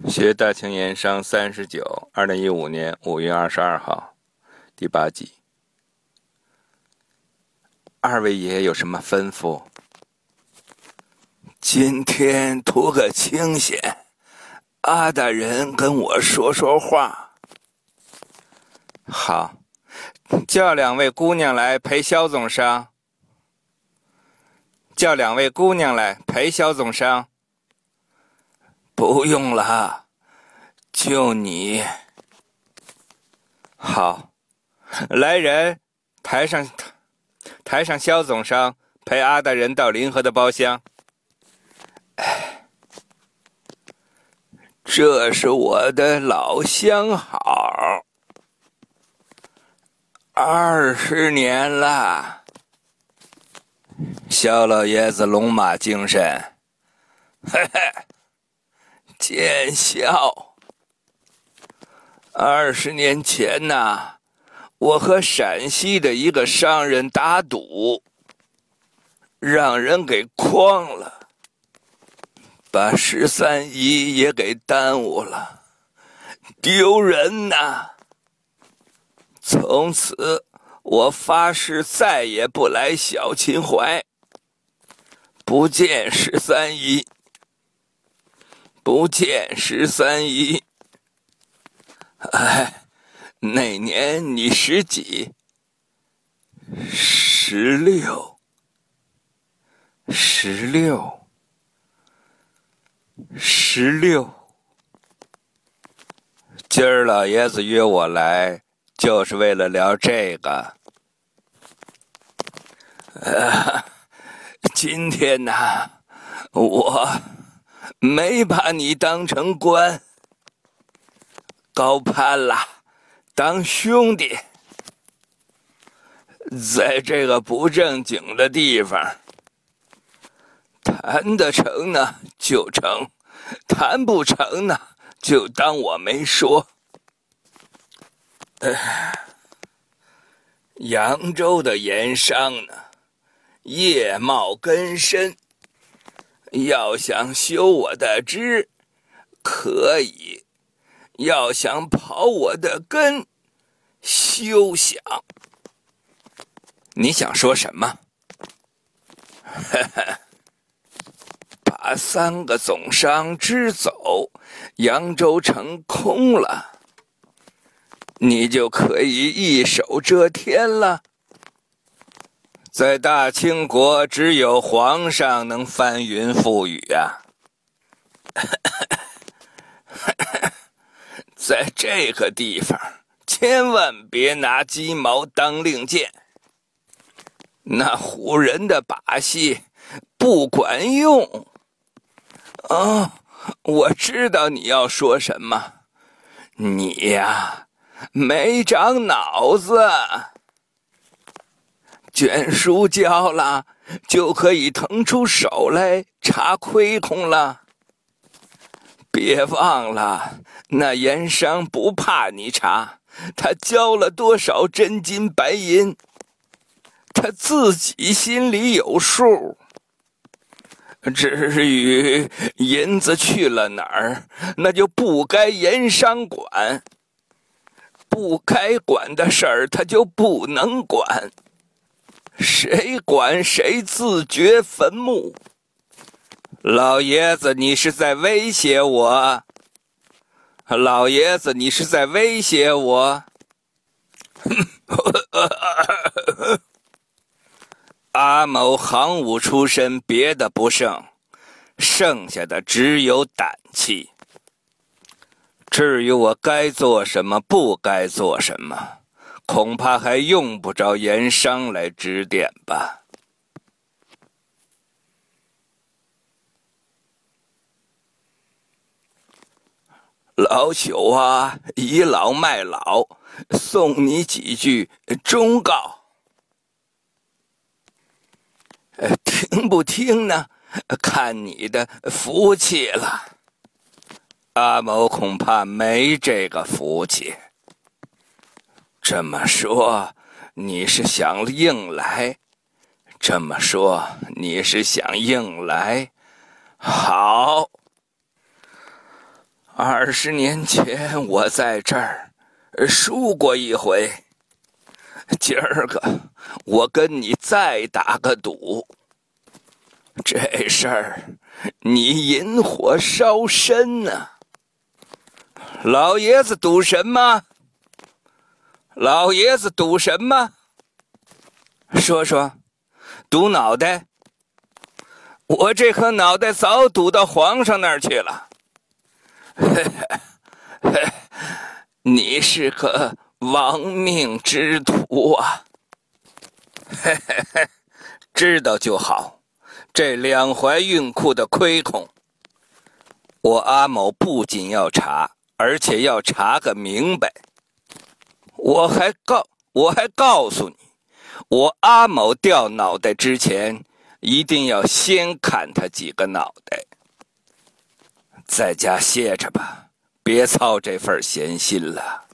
学大庆盐商39，2015年5月22号，第8集。二位爷有什么吩咐？ 今天图个清闲，阿大人跟我说说话。 好，叫2位姑娘来陪肖总商。叫2位姑娘来陪肖总商。 不用了，就你。 好，来人，抬上肖总商，陪阿大人到临河的包厢。 这是我的老相好，20年了。 肖老爷子龙马精神。 嘿嘿，见笑。20年前呐，我和陕西的一个商人打赌，让人给诓了，把13亿也给耽误了，丢人呐！从此我发誓再也不来小秦淮，不见13亿，不见13亿。哎，那年你10几？16。 今儿老爷子约我来，就是为了聊这个。 今天呐，我没把你当成官，高攀了，当兄弟。在这个不正经的地方，谈得成呢就成，谈不成呢就当我没说。扬州的盐商呢，业茂根深，要想修我的枝，可以；要想刨我的根，休想。 你想说什么？ 把3个总商支走，扬州城空了，你就可以一手遮天了。 在大清国，只有皇上能翻云覆雨啊。 在这个地方，千万别拿鸡毛当令箭，那唬人的把戏不管用。我知道你要说什么，你呀，没长脑子。卷书交了，就可以腾出手来查亏空了。别忘了，那盐商不怕你查，他交了多少真金白银，他自己心里有数。至于银子去了哪儿，那就不该盐商管，不该管的事儿他就不能管，谁管谁自掘坟墓。 老爷子，你是在威胁我？老爷子，你是在威胁我？阿某行武出身，别的不剩，剩下的只有胆气。至于我该做什么，不该做什么，恐怕还用不着盐商来指点吧。 老朽啊，倚老卖老，送你几句忠告。听不听呢？看你的福气了。 阿某恐怕没这个福气。 这么说，你是想硬来？这么说，你是想硬来？好， 20年前我在这儿输过一回，今儿个我跟你再打个赌。这事儿你引火烧身啊！ 老爷子赌什么？老爷子赌什么？说说，赌脑袋？我这颗脑袋早赌到皇上那儿去了。 你是个亡命之徒啊！ 知道就好。这两怀孕库的亏空，我阿某不仅要查，而且要查个明白。我还告诉你，我阿某掉脑袋之前，一定要先砍他几个脑袋。在家歇着吧，别操这份闲心了。